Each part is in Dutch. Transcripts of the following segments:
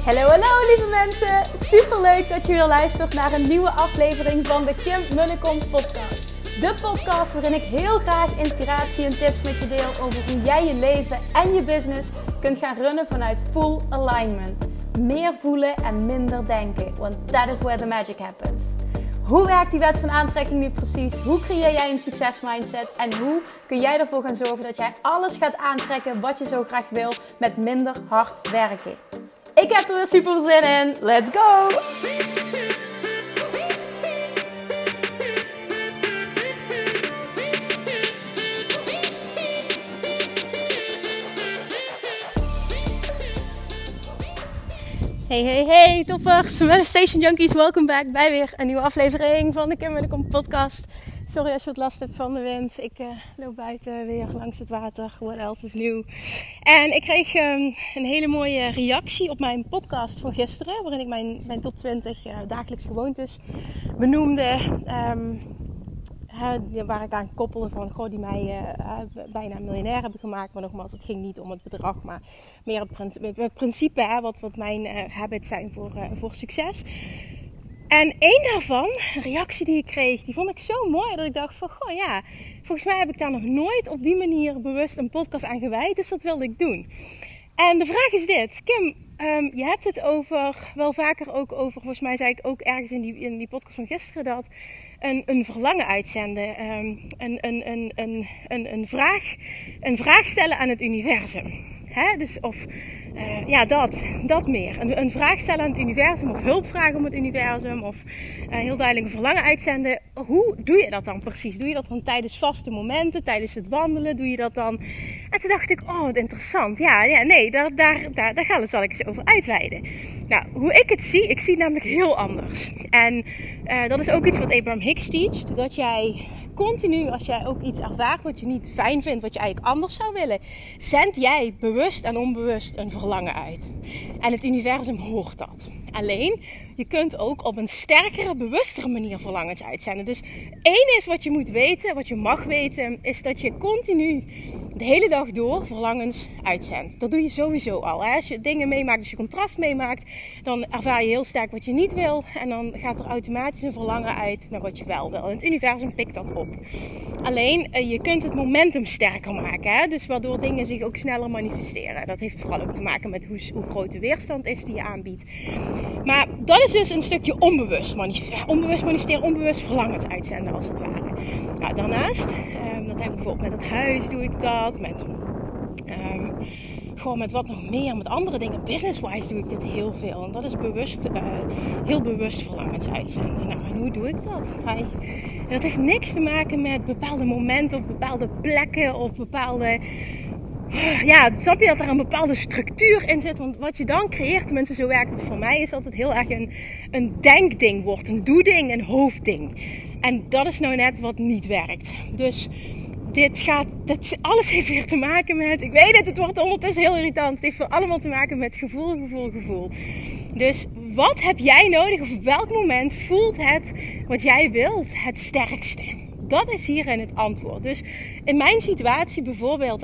Hallo lieve mensen, superleuk dat je weer luistert naar een nieuwe aflevering van de Kim Munnekom podcast. De podcast waarin ik heel graag inspiratie en tips met je deel over hoe jij je leven en je business kunt gaan runnen vanuit full alignment. Meer voelen en minder denken, want that is where the magic happens. Hoe werkt die wet van aantrekking nu precies? Hoe creëer jij een succesmindset? En hoe kun jij ervoor gaan zorgen dat jij alles gaat aantrekken wat je zo graag wil met minder hard werken? Ik heb er weer super zin in. Let's go! Hey toppers, Manifestation Junkies, welkom back bij weer een nieuwe aflevering van de Kim Munnekom podcast. Sorry als je wat last hebt van de wind, ik loop buiten weer langs het water, what else is new. En ik kreeg een hele mooie reactie op mijn podcast van gisteren, waarin ik mijn top 20 dagelijkse gewoontes benoemde. Waar ik aan koppelde van die mij bijna miljonair hebben gemaakt. Maar nogmaals, het ging niet om het bedrag, maar meer het principe, wat mijn habits zijn voor succes. En één daarvan, een reactie die ik kreeg, die vond ik zo mooi dat ik dacht van, volgens mij heb ik daar nog nooit op die manier bewust een podcast aan gewijd. Dus dat wilde ik doen. En de vraag is dit, Kim, je hebt het wel vaker ook over, volgens mij zei ik ook ergens in die podcast van gisteren dat een verlangen uitzenden, een vraag stellen aan het universum. Dus dat meer. Een vraag stellen aan het universum of hulp vragen om het universum of heel duidelijk een verlangen uitzenden. Hoe doe je dat dan precies? Doe je dat dan tijdens vaste momenten, tijdens het wandelen? Doe je dat dan? En toen dacht ik, wat interessant. Daar zal ik eens over uitweiden. Nou, hoe ik het zie het namelijk heel anders. En dat is ook iets wat Abraham Hicks teacht, dat jij continu, als jij ook iets ervaart wat je niet fijn vindt, wat je eigenlijk anders zou willen, zend jij bewust en onbewust een verlangen uit. En het universum hoort dat. Alleen, je kunt ook op een sterkere, bewustere manier verlangens uitzenden. Dus één is wat je moet weten, wat je mag weten, is dat je continu de hele dag door verlangens uitzendt. Dat doe je sowieso al. Als je dingen meemaakt, als je contrast meemaakt, dan ervaar je heel sterk wat je niet wil. En dan gaat er automatisch een verlangen uit naar wat je wel wil. En het universum pikt dat op. Alleen, je kunt het momentum sterker maken. Dus waardoor dingen zich ook sneller manifesteren. Dat heeft vooral ook te maken met hoe groot de weerstand is die je aanbiedt. Maar dat is dus een stukje onbewust manifesteren. Onbewust verlangens uitzenden als het ware. Nou, daarnaast, dat heb ik bijvoorbeeld met het huis doe ik dat. Met wat nog meer, met andere dingen. Business-wise doe ik dit heel veel. En dat is heel bewust verlangens uitzenden. Nou, en hoe doe ik dat? En dat heeft niks te maken met bepaalde momenten of bepaalde plekken of bepaalde... snap je dat er een bepaalde structuur in zit? Want wat je dan creëert, tenminste zo werkt het voor mij, is dat het heel erg een denkding wordt. Een doeding, een hoofdding. En dat is nou net wat niet werkt. Dus alles heeft weer te maken met, ik weet het wordt ondertussen heel irritant. Het heeft allemaal te maken met gevoel. Dus wat heb jij nodig of op welk moment voelt het wat jij wilt het sterkste? Dat is hierin het antwoord. Dus in mijn situatie bijvoorbeeld,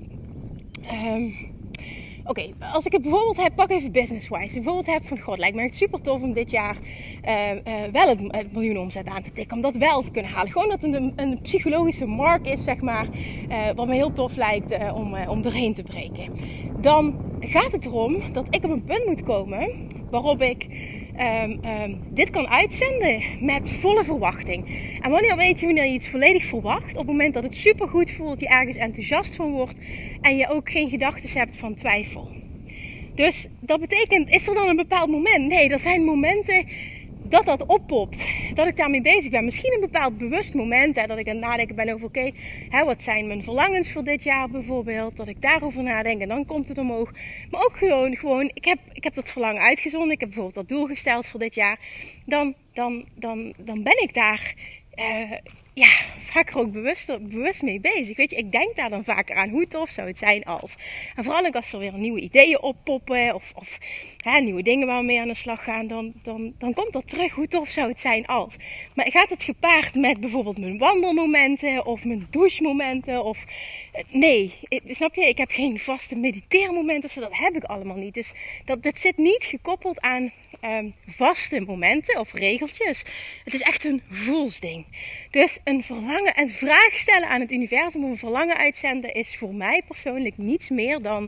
als ik het bijvoorbeeld heb, pak even business-wise. Bijvoorbeeld heb van, het lijkt me echt super tof om dit jaar wel het miljoen omzet aan te tikken. Om dat wel te kunnen halen. Gewoon dat het een psychologische mark is, zeg maar. Wat me heel tof lijkt om doorheen te breken. Dan gaat het erom dat ik op een punt moet komen waarop ik dit kan uitzenden met volle verwachting. En wanneer je iets volledig verwacht? Op het moment dat het super goed voelt, je ergens enthousiast van wordt en je ook geen gedachten hebt van twijfel. Dus dat betekent, is er dan een bepaald moment? Nee, er zijn momenten dat oppopt. Dat ik daarmee bezig ben. Misschien een bepaald bewust moment. Dat ik aan het nadenken ben over wat zijn mijn verlangens voor dit jaar bijvoorbeeld. Dat ik daarover nadenk en dan komt het omhoog. Maar ook gewoon ik heb dat verlangen uitgezonden. Ik heb bijvoorbeeld dat doel gesteld voor dit jaar. Dan ben ik daar vaker ook bewust mee bezig. Weet je, ik denk daar dan vaker aan. Hoe tof zou het zijn als. En vooral ook als er weer nieuwe ideeën oppoppen. Of nieuwe dingen waar we mee aan de slag gaan. Dan komt dat terug. Hoe tof zou het zijn als. Maar gaat het gepaard met bijvoorbeeld mijn wandelmomenten. Of mijn douchemomenten. Of nee, snap je? Ik heb geen vaste mediteermomenten. Of zo, dat heb ik allemaal niet. Dus dat zit niet gekoppeld aan vaste momenten of regeltjes. Het is echt een voelsding. Dus een verlangen en vraag stellen aan het universum, of een verlangen uitzenden, is voor mij persoonlijk niets meer dan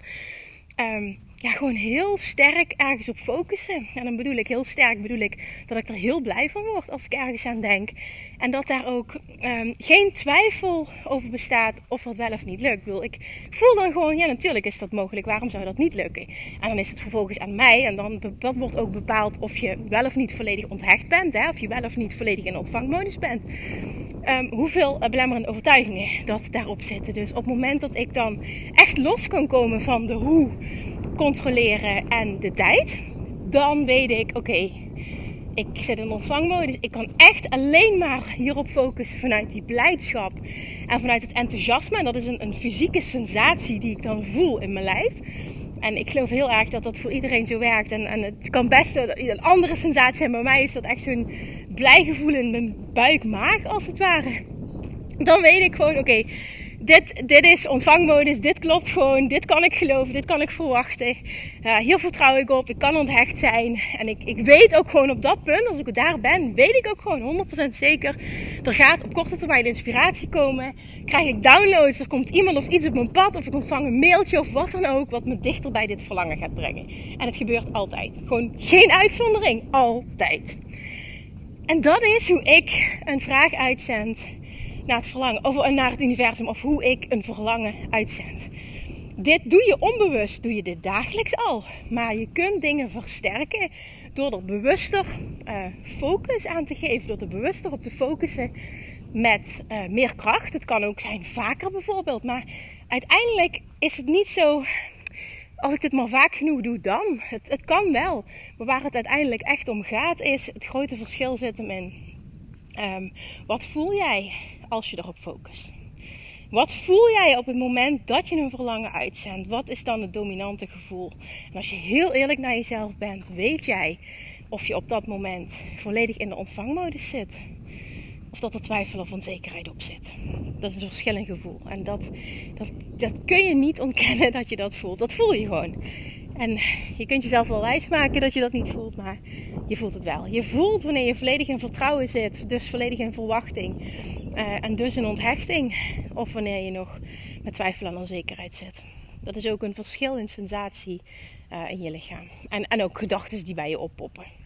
gewoon heel sterk ergens op focussen. En dan bedoel ik heel sterk dat ik er heel blij van word als ik ergens aan denk. En dat daar ook geen twijfel over bestaat of dat wel of niet lukt. Ik voel dan gewoon, ja natuurlijk is dat mogelijk. Waarom zou dat niet lukken? En dan is het vervolgens aan mij. En dat wordt ook bepaald of je wel of niet volledig onthecht bent. Hè? Of je wel of niet volledig in ontvangmodus bent. Hoeveel belemmerende overtuigingen dat daarop zitten. Dus op het moment dat ik dan echt los kan komen van de hoe controleren en de tijd. Dan weet ik, oké, ik zit in ontvangmodus. Ik kan echt alleen maar hierop focussen vanuit die blijdschap. En vanuit het enthousiasme. En dat is een fysieke sensatie die ik dan voel in mijn lijf. En ik geloof heel erg dat dat voor iedereen zo werkt. En het kan best een andere sensatie zijn. Bij mij is dat echt zo'n blij gevoel in mijn buik-maag als het ware. Dan weet ik gewoon, oké, dit is ontvangmodus, dit klopt gewoon, dit kan ik geloven, dit kan ik verwachten. Hier vertrouw ik op, ik kan onthecht zijn. En ik weet ook gewoon op dat punt, als ik daar ben, weet ik ook gewoon 100% zeker. Er gaat op korte termijn inspiratie komen. Krijg ik downloads, er komt iemand of iets op mijn pad. Of ik ontvang een mailtje of wat dan ook, wat me dichter bij dit verlangen gaat brengen. En het gebeurt altijd. Gewoon geen uitzondering, altijd. En dat is hoe ik een vraag uitzend naar het verlangen, of naar het universum, of hoe ik een verlangen uitzend. Dit doe je onbewust, doe je dit dagelijks al. Maar je kunt dingen versterken door er bewuster focus aan te geven, door er bewuster op te focussen met meer kracht. Het kan ook zijn vaker bijvoorbeeld, maar uiteindelijk is het niet zo, als ik dit maar vaak genoeg doe dan. Het kan wel, maar waar het uiteindelijk echt om gaat is, het grote verschil zit hem in. Wat voel jij als je erop focust? Wat voel jij op het moment dat je een verlangen uitzendt? Wat is dan het dominante gevoel? En als je heel eerlijk naar jezelf bent, weet jij of je op dat moment volledig in de ontvangmodus zit. Of dat er twijfel of onzekerheid op zit. Dat is een verschillend gevoel. En dat kun je niet ontkennen dat je dat voelt. Dat voel je gewoon. En je kunt jezelf wel wijsmaken dat je dat niet voelt, maar je voelt het wel. Je voelt wanneer je volledig in vertrouwen zit, dus volledig in verwachting en dus in onthechting. Of wanneer je nog met twijfel en onzekerheid zit. Dat is ook een verschil in sensatie in je lichaam. En ook gedachten die bij je oppoppen.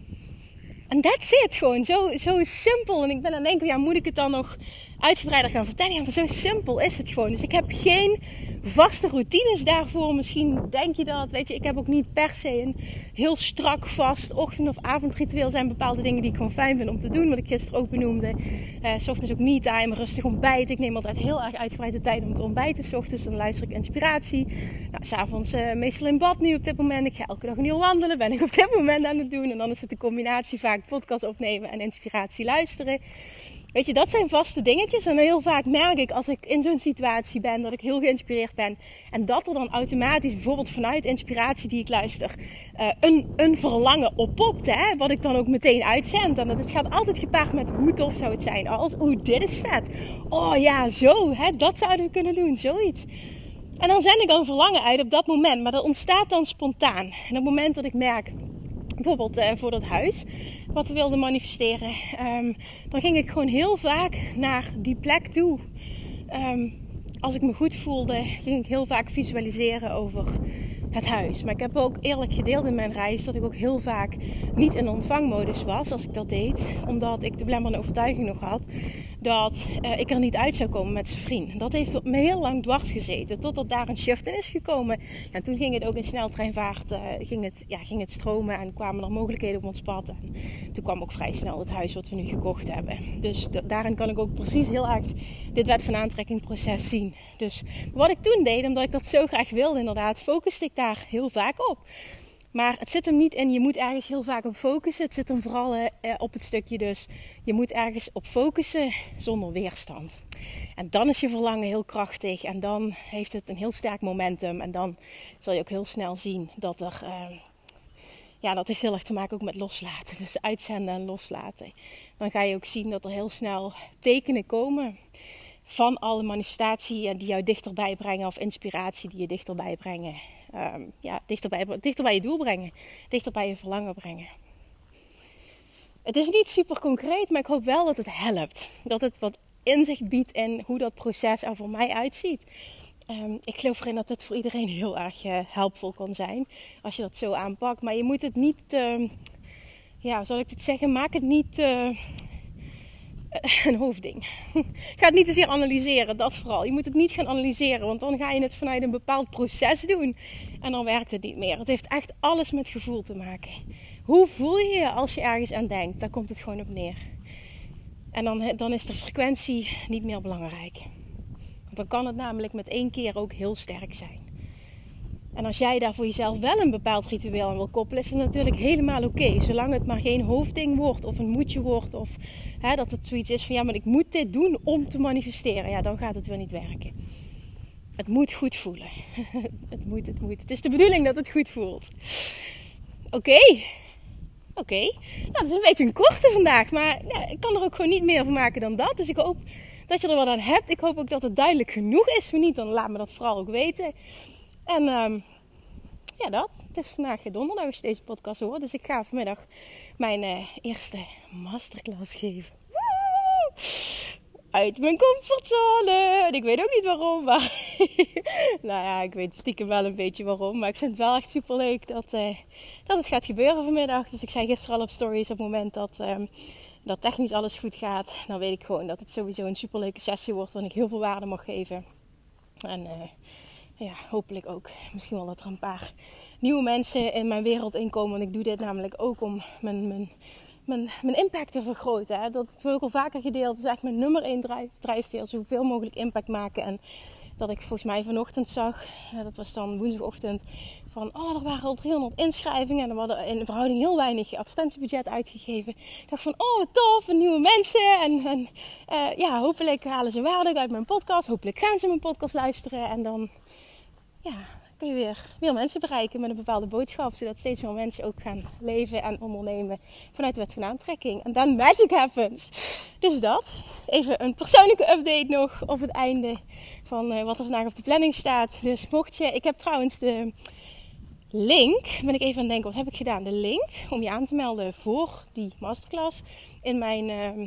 En that's it, gewoon zo simpel. En ik ben aan het denken, moet ik het dan nog uitgebreider gaan vertellen? Ja, maar zo simpel is het gewoon. Dus ik heb geen vaste routines daarvoor. Misschien denk je dat, weet je. Ik heb ook niet per se een heel strak vast ochtend- of avondritueel. Er zijn bepaalde dingen die ik gewoon fijn vind om te doen. Wat ik gisteren ook benoemde. 's Ochtends ook me-time, rustig ontbijten. Ik neem altijd heel erg uitgebreide tijd om te ontbijten. 's Ochtends dan luister ik inspiratie. 's Avonds meestal in bad nu op dit moment. Ik ga elke dag een uur wandelen. Ben ik op dit moment aan het doen. En dan is het de combinatie vaak podcast opnemen en inspiratie luisteren. Weet je, dat zijn vaste dingetjes. En heel vaak merk ik als ik in zo'n situatie ben, dat ik heel geïnspireerd ben. En dat er dan automatisch, bijvoorbeeld vanuit inspiratie die ik luister, een verlangen oppopt. Hè? Wat ik dan ook meteen uitzend. En het gaat altijd gepaard met hoe tof zou het zijn als, dit is vet. Oh ja, zo, hè? Dat zouden we kunnen doen, zoiets. En dan zend ik dan verlangen uit op dat moment. Maar dat ontstaat dan spontaan. En op het moment dat ik merk, bijvoorbeeld voor dat huis wat we wilden manifesteren, dan ging ik gewoon heel vaak naar die plek toe. Als ik me goed voelde, ging ik heel vaak visualiseren over het huis. Maar ik heb ook eerlijk gedeeld in mijn reis dat ik ook heel vaak niet in de ontvangmodus was als ik dat deed. Omdat ik de belemmerende overtuiging nog had dat ik er niet uit zou komen met zijn vriend. Dat heeft me heel lang dwars gezeten. Totdat daar een shift in is gekomen. En toen ging het ook in sneltreinvaart ging het stromen en kwamen er mogelijkheden op ons pad. En toen kwam ook vrij snel het huis wat we nu gekocht hebben. Dus daarin kan ik ook precies heel erg dit wet van aantrekking proces zien. Dus wat ik toen deed, omdat ik dat zo graag wilde inderdaad, focuste ik daar heel vaak op. Maar het zit hem niet in, je moet ergens heel vaak op focussen. Het zit hem vooral op het stukje dus, je moet ergens op focussen zonder weerstand. En dan is je verlangen heel krachtig en dan heeft het een heel sterk momentum. En dan zal je ook heel snel zien dat er, dat heeft heel erg te maken ook met loslaten. Dus uitzenden en loslaten. Dan ga je ook zien dat er heel snel tekenen komen van alle manifestatie die jou dichterbij brengen of inspiratie die je dichterbij brengen. Dichter bij je doel brengen. Dichter bij je verlangen brengen. Het is niet super concreet, maar ik hoop wel dat het helpt. Dat het wat inzicht biedt in hoe dat proces er voor mij uitziet. Ik geloof erin dat het voor iedereen heel erg helpvol kan zijn. Als je dat zo aanpakt. Maar je moet het niet, zal ik dit zeggen? Maak het niet een hoofdding. Ga het niet te zeer analyseren, dat vooral. Je moet het niet gaan analyseren, want dan ga je het vanuit een bepaald proces doen. En dan werkt het niet meer. Het heeft echt alles met gevoel te maken. Hoe voel je je als je ergens aan denkt? Daar komt het gewoon op neer. En dan is de frequentie niet meer belangrijk. Want dan kan het namelijk met 1 keer ook heel sterk zijn. En als jij daar voor jezelf wel een bepaald ritueel aan wil koppelen, is het natuurlijk helemaal oké. Zolang het maar geen hoofdding wordt of een moedje wordt. Of dat het zoiets is van maar ik moet dit doen om te manifesteren. Ja, dan gaat het wel niet werken. Het moet goed voelen. Het moet. Het is de bedoeling dat het goed voelt. Oké. Nou, dat is een beetje een korte vandaag. Maar ik kan er ook gewoon niet meer van maken dan dat. Dus ik hoop dat je er wat aan hebt. Ik hoop ook dat het duidelijk genoeg is. Zo niet, dan laat me dat vooral ook weten. En het is vandaag donderdag als je deze podcast hoort. Dus ik ga vanmiddag mijn eerste masterclass geven. Woe! Uit mijn comfortzone. En ik weet ook niet waarom. Maar ik weet stiekem wel een beetje waarom. Maar ik vind het wel echt superleuk dat het gaat gebeuren vanmiddag. Dus ik zei gisteren al op stories op het moment dat technisch alles goed gaat. Dan weet ik gewoon dat het sowieso een superleuke sessie wordt. Waarin ik heel veel waarde mag geven. En hopelijk ook. Misschien wel dat er een paar nieuwe mensen in mijn wereld inkomen. Want ik doe dit namelijk ook om mijn impact te vergroten. Hè. Dat heb ik al vaker gedeeld. Dat is echt mijn nummer 1 drijfveer. Zoveel mogelijk impact maken. En dat ik volgens mij vanochtend zag. Dat was dan woensdagochtend. Van er waren al 300 inschrijvingen. En we hadden in verhouding heel weinig advertentiebudget uitgegeven. Ik dacht van wat tof. En nieuwe mensen. En hopelijk halen ze waarde uit mijn podcast. Hopelijk gaan ze mijn podcast luisteren. En dan kun je weer meer mensen bereiken met een bepaalde boodschap. Zodat steeds meer mensen ook gaan leven en ondernemen vanuit de wet van aantrekking. En dan magic happens. Dus dat. Even een persoonlijke update nog op het einde van wat er vandaag op de planning staat. Dus ik heb trouwens de link, ben ik even aan het denken, wat heb ik gedaan? De link om je aan te melden voor die masterclass in mijn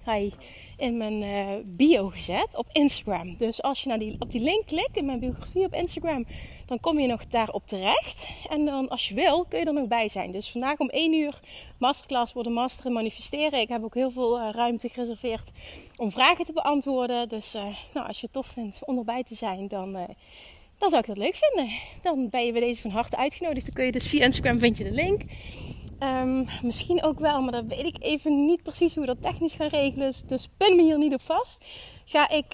bio gezet op Instagram. Dus als je op die link klikt in mijn biografie op Instagram, dan kom je nog daarop terecht. En dan als je wil, kun je er nog bij zijn. Dus vandaag om 1 uur masterclass voor de master en manifesteren. Ik heb ook heel veel ruimte gereserveerd om vragen te beantwoorden. Dus als je het tof vindt om erbij te zijn, dan zou ik dat leuk vinden. Dan ben je bij deze van harte uitgenodigd. Dan kun je dus via Instagram vind je de link. Misschien ook wel, maar dat weet ik even niet precies hoe we dat technisch gaan regelen. Dus pin me hier niet op vast. Ga ik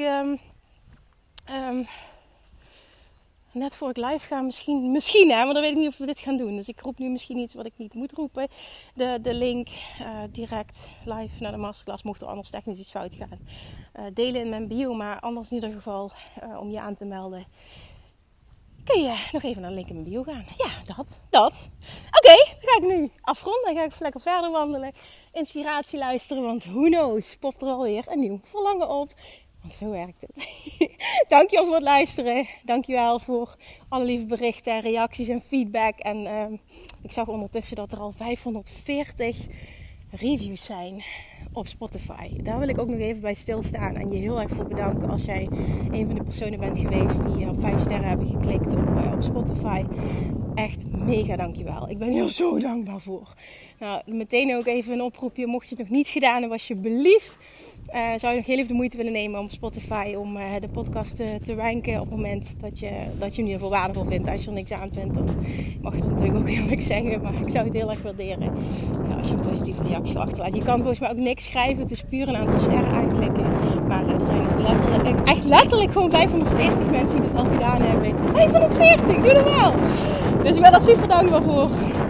net voor ik live ga misschien maar dan weet ik niet of we dit gaan doen. Dus ik roep nu misschien iets wat ik niet moet roepen. De link direct live naar de masterclass, mocht er anders technisch iets fout gaan. Delen in mijn bio, maar anders in ieder geval om je aan te melden. Kun je nog even naar de link in mijn bio gaan. Ja, dat. Oké, dan ga ik nu afronden. Dan ga ik lekker verder wandelen. Inspiratie luisteren, want who knows, popt er alweer een nieuw verlangen op. Want zo werkt het. Dankjewel voor het luisteren. Dankjewel voor alle lieve berichten, reacties en feedback. En ik zag ondertussen dat er al 540 reviews zijn op Spotify. Daar wil ik ook nog even bij stilstaan en je heel erg voor bedanken als jij een van de personen bent geweest die op 5 sterren hebben geklikt op Spotify. Echt mega dankjewel. Ik ben heel zo dankbaar voor. Nou, meteen ook even een oproepje. Mocht je het nog niet gedaan hebben, alsjeblieft zou je nog heel even de moeite willen nemen om Spotify om de podcast te ranken op het moment dat je hem in ieder geval waardevol vindt. Als je er niks aan vindt, dan mag je dat natuurlijk ook eerlijk zeggen. Maar ik zou het heel erg waarderen als je een positieve reactie achterlaat. Je kan volgens mij ook niks schrijven. Het is puur een aantal sterren aanklikken. Maar er zijn dus letterlijk gewoon 540 mensen die dat al gedaan hebben. 540, doe normaal! Dus ik ben daar super dankbaar voor.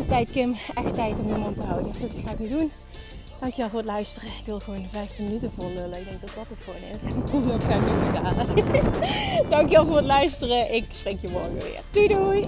tijd, Kim. Echt tijd om je mond te houden. Dus dat ga ik nu doen. Dankjewel voor het luisteren. Ik wil gewoon 15 minuten vol lullen. Ik denk dat dat het gewoon is. Dat ga ik nu niet halen. Dankjewel voor het luisteren. Ik spreek je morgen weer. Doei doei!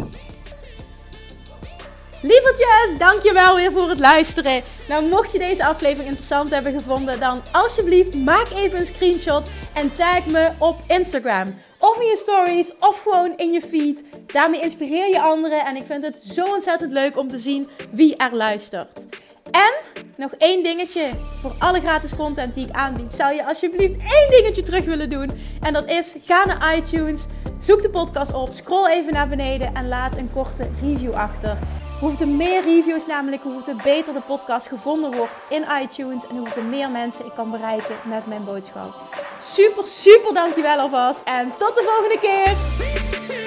Lievertjes, dankjewel weer voor het luisteren. Nou, mocht je deze aflevering interessant hebben gevonden, dan alsjeblieft maak even een screenshot en tag me op Instagram. Of in je stories, of gewoon in je feed. Daarmee inspireer je anderen en ik vind het zo ontzettend leuk om te zien wie er luistert. En nog één dingetje. Voor alle gratis content die ik aanbied, zou je alsjeblieft één dingetje terug willen doen. En dat is, ga naar iTunes, zoek de podcast op, scroll even naar beneden en laat een korte review achter. Hoe te meer reviews namelijk, hoe te beter de podcast gevonden wordt in iTunes. En hoe te meer mensen ik kan bereiken met mijn boodschap. Super, super dankjewel alvast. En tot de volgende keer.